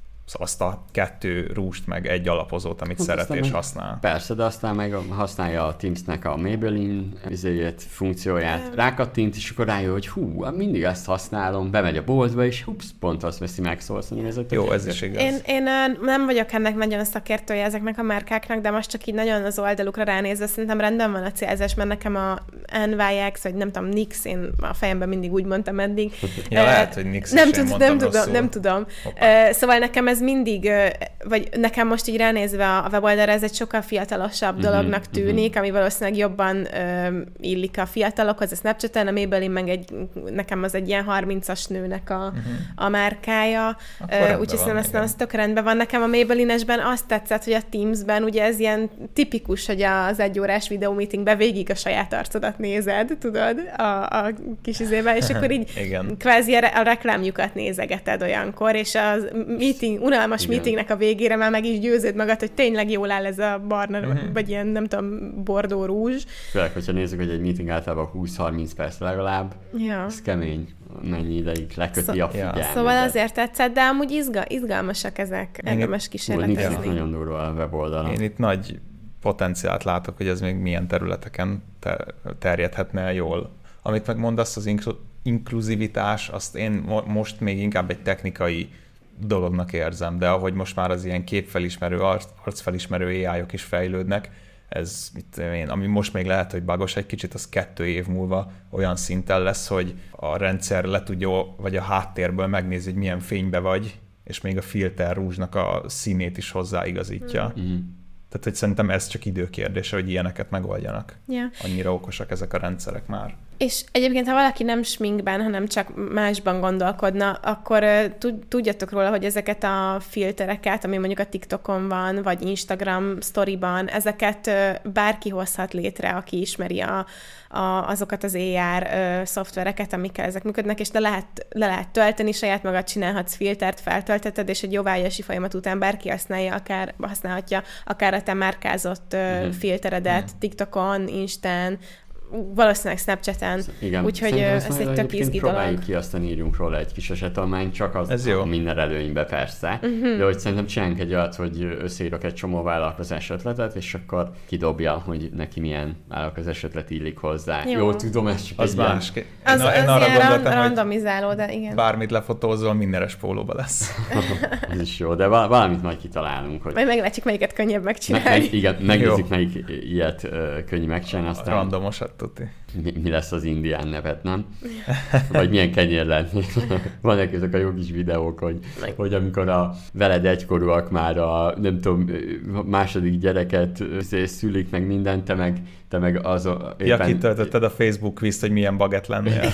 azt a kettő rúst, meg egy alapozót, amit hát szeret és használ. Persze, de aztán meg használja a Teamsnek a Maybelline izéjét, funkcióját, rákattint, és akkor rájön, hogy hú, mindig ezt használom, bemegy a boltba, és hups, pont azt veszi meg, szóval szerintem ez egy jó, ez is igaz. Én, én nem vagyok ennek nagyon szakértője ezeknek a márkáknak, de most csak így nagyon az oldalukra ránézve szerintem rendben van a célzás, mert nekem a en vé iksz, vagy nem tudom, nix, én a fejemben mindig úgy mondtam eddig. Ja, lehet, hogy nix nem, tud, nem tudom, nem tudom. Szóval nekem ez mindig, vagy nekem most így ránézve a weboldalra, ez egy sokkal fiatalosabb mm-hmm, dolognak tűnik, mm-hmm. ami valószínűleg jobban uh, illik a fiatalokhoz, a Snapchaten, a Maybelline meg egy, nekem az egy ilyen harmincas nőnek a, mm-hmm. a márkája, uh, úgyhogy szerintem az tök rendben van. Nekem a Maybelline-esben azt tetszett, hogy a Teams-ben ugye ez ilyen tipikus, hogy az egyórás videómeetingben végig a saját arcodat nézed, tudod, a, a kis izével, és akkor így kvázi a reklámjukat nézegeted olyankor, és a meeting, unalmas igen. meetingnek a végére már meg is győződ magad, hogy tényleg jól áll ez a barna, uh-huh. vagy ilyen, nem tudom, bordó rúzs. Főleg, hogyha nézzük, hogy egy meeting általában húsz-harminc perc legalább, ja. ez kemény, mennyi ideig leköti Szó- a figyelmet. Ja. Szóval azért tetszett, de amúgy izga, izgalmasak ezek, érdemes kísérletezni. Nagyon durva a weboldalon. Én itt nagy potenciált látok, hogy ez még milyen területeken ter- terjedhetne jól. Amit megmondasz, az inklu- inkluzivitás, azt én mo- most még inkább egy technikai dolognak érzem, de ahogy most már az ilyen képfelismerő, arc, arcfelismerő á í-ok is fejlődnek, ez, mit én, ami most még lehet, hogy bagos egy kicsit, az kettő év múlva olyan szinten lesz, hogy a rendszer le tudja, vagy a háttérből megnézi, hogy milyen fénybe vagy, és még a filter rúzsnak a színét is hozzáigazítja. Mm. Tehát, hogy szerintem ez csak időkérdése, hogy ilyeneket megoldjanak. Yeah. Annyira okosak ezek a rendszerek már. És egyébként, ha valaki nem sminkben, hanem csak másban gondolkodna, akkor uh, tudjatok róla, hogy ezeket a filtereket, ami mondjuk a TikTokon van, vagy Instagram sztoriban, ezeket uh, bárki hozhat létre, aki ismeri a, a, azokat az á er uh, szoftvereket, amikkel ezek működnek, és le lehet, le lehet tölteni, saját magad csinálhatsz filtert, feltölteted, és egy jóváhagyási folyamat után bárki használja, akár használhatja akár a te márkázott uh, mm-hmm. filteredet mm-hmm. TikTokon, Instán, valószínűleg Snapchaten, úgyhogy ez egy tök izgi dolog. Próbáljuk ki, aztán írjunk róla egy kis esettanulmányt, csak az a minden előnybe persze, uh-huh. de hogy szerintem csináljunk egy olyat, hogy összeírok egy csomó vállalkozás ötletet, és akkor kidobja, hogy neki milyen vállalkozás ötlet illik hozzá. Jó, Jó tudom, ez csak az egy más. Ilyen... Az, az, az ilyen randomizáló, de igen. Bármit lefotózol, mindenes pólóba lesz. Ez is jó, de valamit majd kitalálunk. Hogy... Majd meglátjuk, melyiket könnyebb megcsinálni. Meg, igen, megnézzük, melyik ilyet uh, könnyű megcsinálni. Aztán... Randomosat tuti. Mi, mi lesz az indián nevet, nem? Vagy milyen kenyér lenni. Vannak ezek a jó kis videók, hogy, hogy amikor a veled egykorúak már a, nem tudom, második gyereket szülik, meg mindent, te meg, te meg az a, éppen... Ja, kitöltötted a Facebook quizt, hogy milyen baget lennél.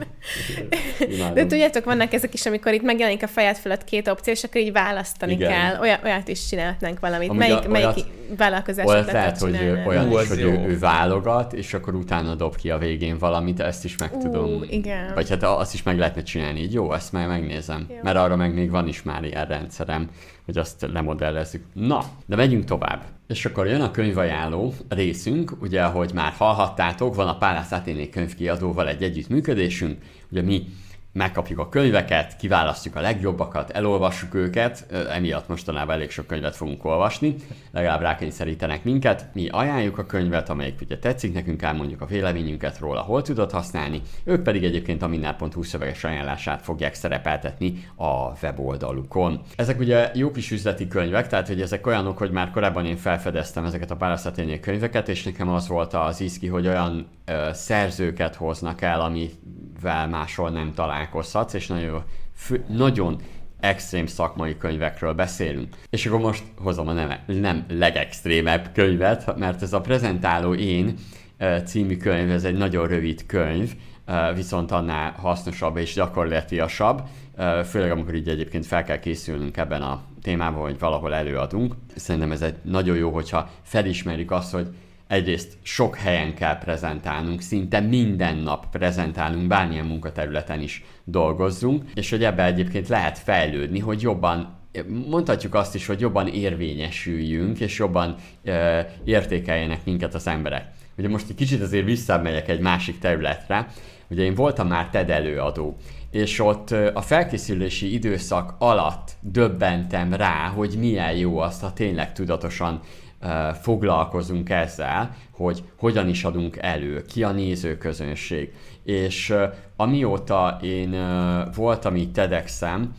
De tudjátok, vannak ezek is, amikor itt megjelenik a fejed fölött két opció, és akkor így választani igen. kell. Olyat, olyat is csinálhatnánk valamit. Amíg melyik, a, melyik olyat, vállalkozás olyat lehet, hogy olyan is, hogy ő, ő válogat, és akkor utána dob ki a végén valamit, ezt is meg uh, tudom. Igen. Vagy hát azt is meg lehetne csinálni. Így jó, ezt már megnézem. Jó. Mert arra meg még van is már ilyen rendszerem, hogy azt lemodellezzük. Na, de megyünk tovább. És akkor jön a könyvajánló részünk, ugye, ahogy már hallhattátok, van a Palace Athénée könyvkiadóval egy együttműködésünk, ugye mi megkapjuk a könyveket, kiválasztjuk a legjobbakat, elolvassuk őket, emiatt mostanában elég sok könyvet fogunk olvasni, legalább rákényszerítenek minket, mi ajánljuk a könyvet, amelyik ugye tetszik nekünk, elmondjuk a véleményünket róla, hol tudod használni, ők pedig egyébként a minár pont hu szöveges ajánlását fogják szerepeltetni a weboldalukon. Ezek ugye jó kis üzleti könyvek, tehát hogy ezek olyanok, hogy már korábban én felfedeztem ezeket a Palace Athénée könyveket, és nekem az volt az izgi, hogy olyan ö, szerzőket hoznak el, amivel máshol nem találkozhatsz, és nagyon, fő, nagyon extrém szakmai könyvekről beszélünk. És akkor most hozom a nem, nem legextrémebb könyvet, mert ez a Prezentáló Én című könyv, ez egy nagyon rövid könyv, viszont annál hasznosabb és gyakorlatiasabb, főleg amikor így egyébként fel kell készülnünk ebben a témában, hogy valahol előadunk. Szerintem ez egy nagyon jó, hogyha felismerjük azt, hogy egyrészt sok helyen kell prezentálnunk, szinte minden nap prezentálunk, bármilyen munkaterületen is dolgozzunk, és hogy ebbe egyébként lehet fejlődni, hogy jobban, mondhatjuk azt is, hogy jobban érvényesüljünk, és jobban ö, értékeljenek minket az emberek. Ugye most egy kicsit azért visszamegyek egy másik területre, ugye én voltam már TED előadó, és ott a felkészülési időszak alatt döbbentem rá, hogy milyen jó azt, ha tényleg tudatosan uh, foglalkozunk ezzel, hogy hogyan is adunk elő, ki a nézőközönség. És uh, amióta én uh, voltam így TEDxen,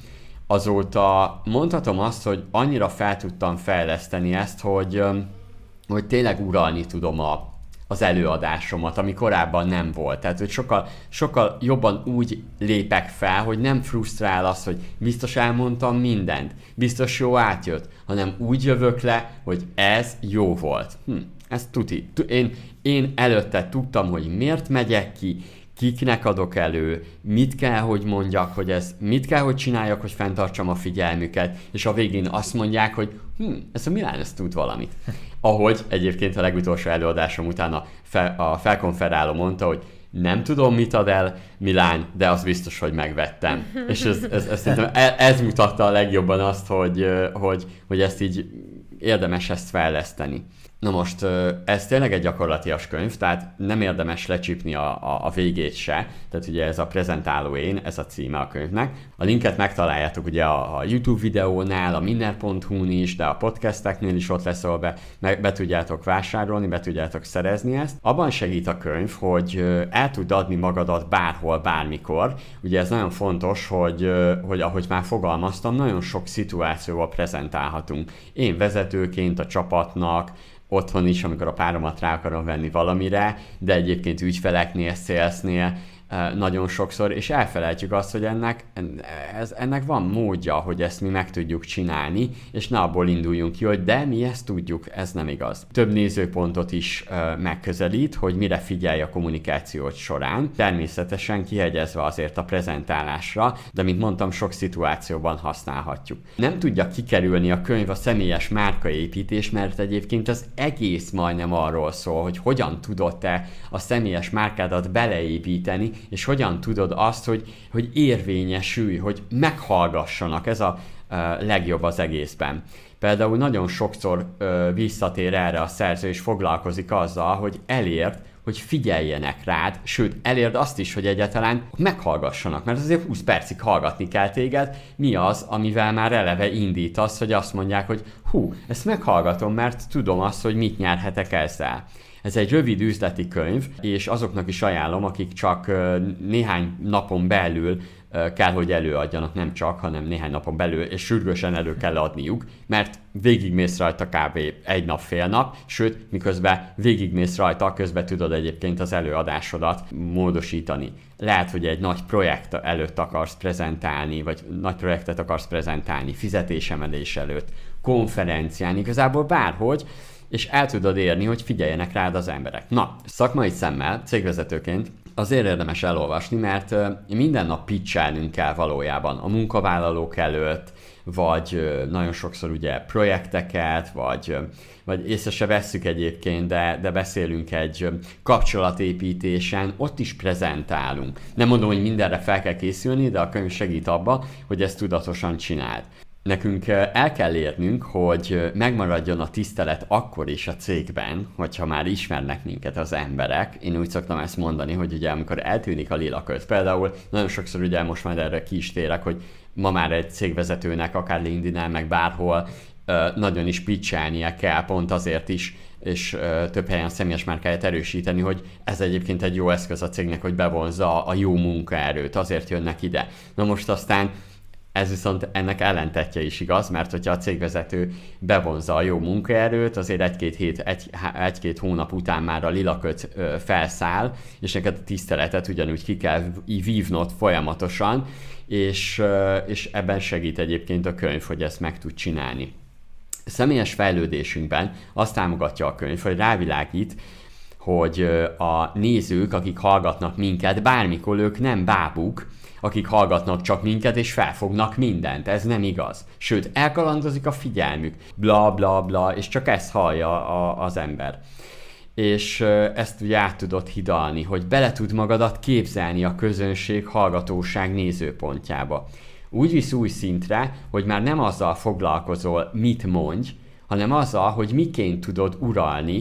azóta mondhatom azt, hogy annyira fel tudtam fejleszteni ezt, hogy, um, hogy tényleg uralni tudom a az előadásomat, ami korábban nem volt. Tehát, hogy sokkal, sokkal jobban úgy lépek fel, hogy nem frusztrál az, hogy biztos elmondtam mindent, biztos jó átjött, hanem úgy jövök le, hogy ez jó volt. Hm, ez tuti. Én, én előtte tudtam, hogy miért megyek ki, kiknek adok elő, mit kell, hogy mondjak, hogy ez, mit kell, hogy csináljak, hogy fenntartsam a figyelmüket, és a végén azt mondják, hogy hm, ez a Milán, ez tud valamit. Ahogy egyébként a legutolsó előadásom után a, fel, a felkonferáló mondta, hogy nem tudom, mit ad el Milán, de az biztos, hogy megvettem. És ez, ez, ez, szerintem ez mutatta a legjobban azt, hogy, hogy, hogy ezt így érdemes ezt fejleszteni. Na most ez tényleg egy gyakorlatias könyv, tehát nem érdemes lecsípni a, a, a végét se, tehát ugye ez a Prezentáló Én, ez a címe a könyvnek. A linket megtaláljátok ugye a, a YouTube videónál, a minner pont hu-n is, de a podcasteknél is ott lesz, ahol be, be, be tudjátok vásárolni, be tudjátok szerezni ezt. Abban segít a könyv, hogy el tud adni magadat bárhol, bármikor. Ugye ez nagyon fontos, hogy, hogy ahogy már fogalmaztam, nagyon sok szituációval prezentálhatunk. Én vezetőként a csapatnak, otthon is, amikor a páromat rá akarom venni valamire, de egyébként ügyfeleknél, salesnél nagyon sokszor, és elfelejtjük azt, hogy ennek, ez, ennek van módja, hogy ezt mi meg tudjuk csinálni, és ne abból induljunk ki, hogy de mi ezt tudjuk, ez nem igaz. Több nézőpontot is uh, megközelít, hogy mire figyelj a kommunikációt során, természetesen kihegyezve azért a prezentálásra, de mint mondtam, sok szituációban használhatjuk. Nem tudja kikerülni a könyv a személyes márkaépítés, mert egyébként az egész majdnem arról szól, hogy hogyan tudod te a személyes márkádat beleépíteni, és hogyan tudod azt, hogy, hogy érvényesülj, hogy meghallgassanak, ez a uh, legjobb az egészben. Például nagyon sokszor uh, visszatér erre a szerző, és foglalkozik azzal, hogy elért, hogy figyeljenek rád, sőt, elérd azt is, hogy egyáltalán meghallgassanak, mert azért húsz percig hallgatni kell téged, mi az, amivel már eleve indítasz, hogy azt mondják, hogy hú, ezt meghallgatom, mert tudom azt, hogy mit nyerhetek ezzel. Ez egy rövid üzleti könyv, és azoknak is ajánlom, akik csak néhány napon belül kell, hogy előadjanak, nem csak, hanem néhány napon belül, és sürgősen elő kell adniuk, mert végigmész rajta kb. Egy nap, fél nap, sőt, miközben végigmész rajta, közben tudod egyébként az előadásodat módosítani. Lehet, hogy egy nagy projekt előtt akarsz prezentálni, vagy nagy projektet akarsz prezentálni, fizetésemelés előtt, konferencián, igazából bárhogy, és el tudod érni, hogy figyeljenek rád az emberek. Na, szakmai szemmel, cégvezetőként azért érdemes elolvasni, mert minden nap pitchelnünk kell valójában a munkavállalók előtt, vagy nagyon sokszor ugye projekteket, vagy, vagy észre se vesszük egyébként, de, de beszélünk egy kapcsolatépítésen, ott is prezentálunk. Nem mondom, hogy mindenre fel kell készülni, de a könyv segít abba, hogy ezt tudatosan csináld. Nekünk el kell érnünk, hogy megmaradjon a tisztelet akkor is a cégben, hogyha már ismernek minket az emberek. Én úgy szoktam ezt mondani, hogy ugye amikor eltűnik a lila köt, például nagyon sokszor ugye most már erre ki is térek, hogy ma már egy cégvezetőnek, akár LinkedIn-en, meg bárhol nagyon is pitchelnie kell, pont azért is, és több helyen személyes márkáját erősíteni, hogy ez egyébként egy jó eszköz a cégnek, hogy bevonzza a jó munkaerőt, azért jönnek ide. Na most aztán Ez viszont ennek ellentetje is igaz, mert hogyha a cégvezető bevonza a jó munkaerőt, azért egy-két, hét, egy, egy-két hónap után már a lilaköt felszáll, és neked a tiszteletet ugyanúgy ki kell vívnod folyamatosan, és, és ebben segít egyébként a könyv, hogy ezt meg tud csinálni. A személyes fejlődésünkben azt támogatja a könyv, hogy rávilágít, hogy a nézők, akik hallgatnak minket, bármikor ők nem bábuk, akik hallgatnak csak minket, és felfognak mindent. Ez nem igaz. Sőt, elkalandozik a figyelmük. Bla, bla, bla, és csak ezt hallja a, az ember. És ezt ugye át tudod hidalni, hogy bele tud magadat képzelni a közönség, hallgatóság nézőpontjába. Úgy visz új szintre, hogy már nem azzal foglalkozol, mit mondj, hanem azzal, hogy miként tudod uralni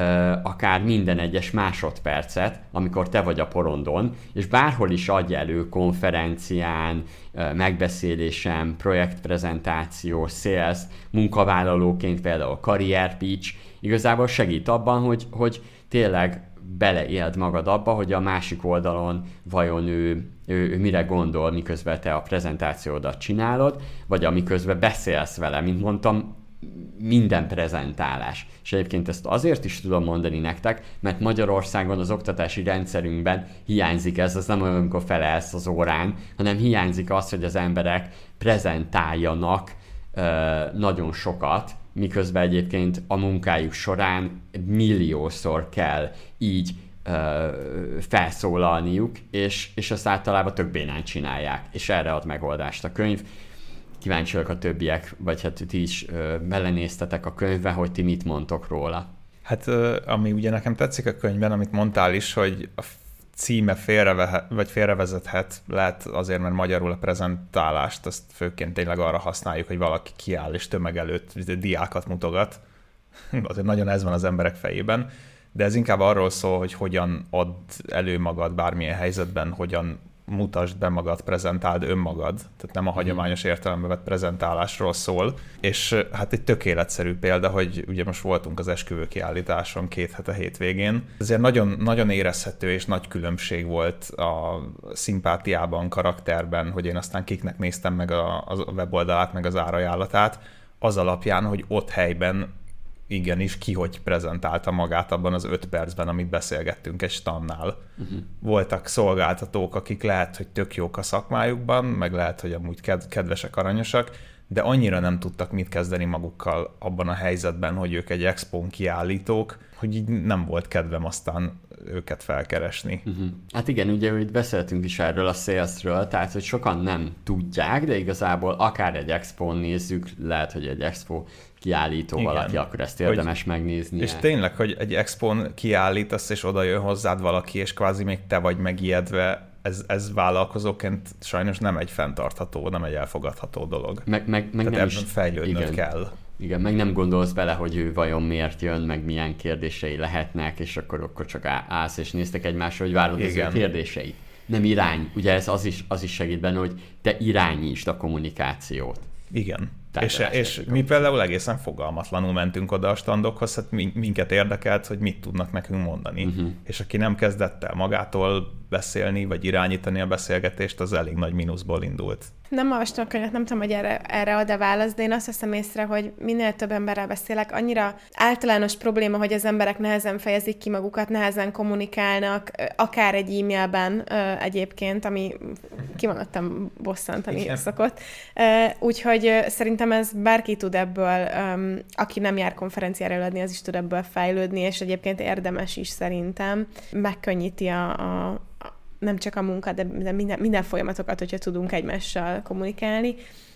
akár minden egyes másodpercet, amikor te vagy a porondon, és bárhol is adj elő konferencián, megbeszélésen, projektprezentáció, sales, munkavállalóként például career pitch, igazából segít abban, hogy, hogy tényleg beleéld magad abba, hogy a másik oldalon vajon ő, ő, ő mire gondol, miközben te a prezentációdat csinálod, vagy amiközben beszélsz vele, mint mondtam, minden prezentálás. És egyébként ezt azért is tudom mondani nektek, mert Magyarországon az oktatási rendszerünkben hiányzik ez, az nem olyan, amikor felelsz az órán, hanem hiányzik az, hogy az emberek prezentáljanak uh, nagyon sokat, miközben egyébként a munkájuk során milliószor kell így uh, felszólalniuk, és, és azt általában tök bénán csinálják, és erre ad megoldást a könyv. Kíváncsi vagyok a többiek, vagy hát ti is ö, belenéztetek a könyvbe, hogy ti mit mondtok róla. Hát ami ugye nekem tetszik a könyvben, amit mondtál is, hogy a címe félrevehet, vagy félrevezethet, lehet azért, mert magyarul a prezentálást, azt főként tényleg arra használjuk, hogy valaki kiáll és tömeg előtt diákat mutogat. Azért nagyon ez van az emberek fejében, de ez inkább arról szól, hogy hogyan add elő magad bármilyen helyzetben, hogyan mutasd be magad, prezentáld önmagad, tehát nem a hagyományos értelemben vett prezentálásról szól, és hát egy tökéletszerű példa, hogy ugye most voltunk az esküvő kiállításon két hete hétvégén, ezért nagyon, nagyon érezhető és nagy különbség volt a szimpátiában, karakterben, hogy én aztán kiknek néztem meg a, a weboldalát, meg az árajánlatát, az alapján, hogy ott helyben igenis ki hogy prezentálta magát abban az öt percben, amit beszélgettünk egy standnál. Uh-huh. Voltak szolgáltatók, akik lehet, hogy tök jók a szakmájukban, meg lehet, hogy amúgy ked- kedvesek, aranyosak, de annyira nem tudtak mit kezdeni magukkal abban a helyzetben, hogy ők egy expón kiállítók, hogy így nem volt kedvem aztán őket felkeresni. Uh-huh. Hát igen, ugye itt beszéltünk is erről a salesről, tehát hogy sokan nem tudják, de igazából akár egy expón nézzük, lehet, hogy egy expo kiállító igen. valaki, akkor ezt érdemes hogy, megnézni. És tényleg, hogy egy expón kiállítasz, és oda jön hozzád valaki, és kvázi még te vagy megijedve, ez, ez vállalkozóként sajnos nem egy fenntartható, nem egy elfogadható dolog. Meg, meg, meg Tehát nem ebben is fejlődnöd igen. kell. Igen, meg nem gondolsz bele, hogy ő vajon miért jön, meg milyen kérdései lehetnek, és akkor, akkor csak állsz és néztek egymásra, hogy várod az ő kérdéseit. Nem irány. Ugye ez az is, az is segít benne, hogy te irányítsd a kommunikációt. Igen. És, és mi például egészen fogalmatlanul mentünk oda a standokhoz, hát minket érdekelt, hogy mit tudnak nekünk mondani. Uh-huh. És aki nem kezdett el magától beszélni, vagy irányítani a beszélgetést, az elég nagy mínuszból indult. Nem olvastam a könyvet, nem tudom, hogy erre, erre ad a válasz, de én azt veszem észre, hogy minél több emberrel beszélek, annyira általános probléma, hogy az emberek nehezen fejezik ki magukat, nehezen kommunikálnak, akár egy e-mailben egyébként, ami kimondottan bosszantani Igen. szokott. Úgyhogy szerintem ez bárki tud ebből, aki nem jár konferenciára előadni, az is tud ebből fejlődni, és egyébként érdemes is szerintem. Megkönnyíti a, a nem csak a munka, de minden, minden folyamatokat, hogyha tudunk egymással kommunikálni.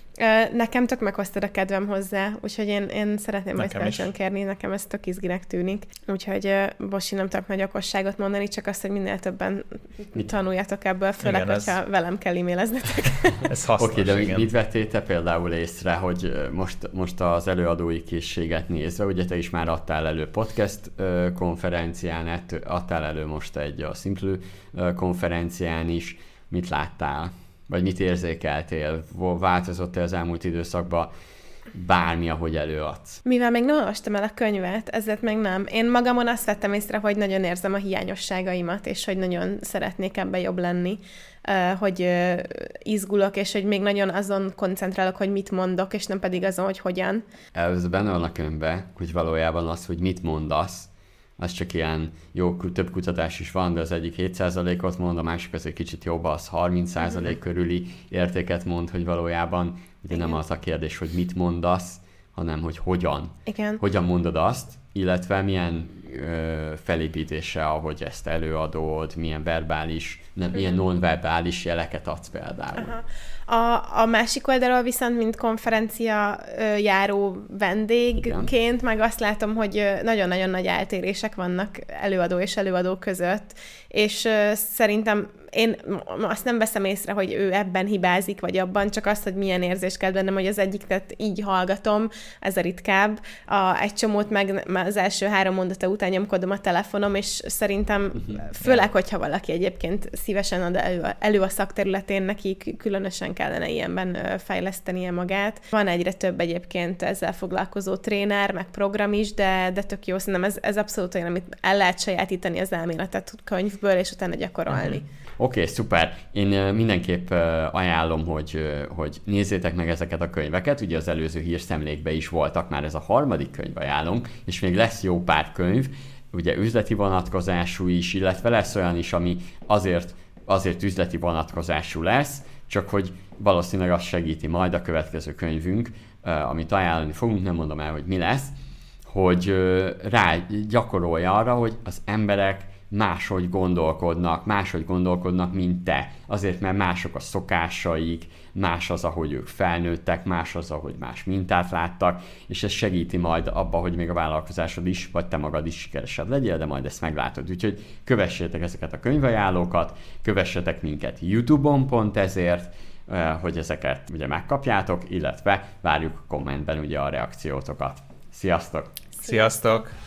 Nekem tök meghoztad a kedvem hozzá, úgyhogy én, én szeretném majd kölcsönkérni, nekem ez tök izginek tűnik. Úgyhogy Bocsi, nem tudok nagy okosságot mondani, csak azt, hogy minél többen mit? tanuljatok ebből, főleg, igen, hogyha ez... velem kell e-maileznetek. Ez hasznos, Oké, de igen. mit vettél te például észre, hogy most, most az előadói készséget nézve, ugye te is már adtál elő podcast konferencián, adtál elő most egy a Simplő konferencián is, mit láttál? Vagy mit érzékeltél? Változott-e az elmúlt időszakban bármi, ahogy előadsz? Mivel még nem olvastam el a könyvet, ezért még nem. Én magamon azt vettem észre, hogy nagyon érzem a hiányosságaimat, és hogy nagyon szeretnék ebben jobb lenni. hogy izgulok, és hogy még nagyon azon koncentrálok, hogy mit mondok, és nem pedig azon, hogy hogyan. Ez benne van a könyvben, hogy valójában az, hogy mit mondasz, az csak ilyen jó, több kutatás is van, de az egyik hét százalékot mond, a másik az egy kicsit jobb, az harminc százalék körüli értéket mond, hogy valójában ugye nem az a kérdés, hogy mit mondasz, hanem hogy hogyan. Igen. Hogyan mondod azt, illetve milyen ö, felépítése, ahogy ezt előadod, milyen verbális, nem, uh-huh. milyen non-verbális jeleket adsz például. Aha. A, a másik oldalról viszont, mint konferencia ö, járó vendégként, igen. meg azt látom, hogy ö, nagyon-nagyon nagy eltérések vannak előadó és előadó között, és ö, szerintem én azt nem veszem észre, hogy ő ebben hibázik, vagy abban, csak azt, hogy milyen érzés kell bennem, hogy az egyiket így hallgatom, ez a ritkább. A, egy csomót meg az első három mondata után nyomkodom a telefonom, és szerintem főleg, hogyha valaki egyébként szívesen ad elő, elő a szakterületén, neki különösen kellene ilyenben fejlesztenie magát. Van egyre több egyébként ezzel foglalkozó tréner, meg program is, de, de tök jó. Szerintem ez, ez abszolút olyan, amit el lehet sajátítani az elméletet könyvből, és utána gyakorolni. Uh-huh. Oké, okay, szuper. Én mindenképp ajánlom, hogy, hogy nézzétek meg ezeket a könyveket. Ugye az előző hírszemlékben is voltak, már ez a harmadik könyv ajánlom, és még lesz jó pár könyv, ugye üzleti vonatkozású is, illetve lesz olyan is, ami azért, azért üzleti vonatkozású lesz, csak hogy valószínűleg azt segíti majd a következő könyvünk, amit ajánlani fogunk, nem mondom el, hogy mi lesz, hogy rá gyakorolja arra, hogy az emberek máshogy gondolkodnak, máshogy gondolkodnak, mint te. Azért, mert mások a szokásaik, más az, ahogy ők felnőttek, más az, ahogy más mintát láttak, és ez segíti majd abba, hogy még a vállalkozásod is, vagy te magad is sikeresebb legyél, de majd ezt meglátod. Úgyhogy kövessétek ezeket a könyvajánlókat, kövessetek minket YouTube-on pont ezért, hogy ezeket ugye megkapjátok, illetve várjuk kommentben ugye a reakciótokat. Sziasztok! Sziasztok!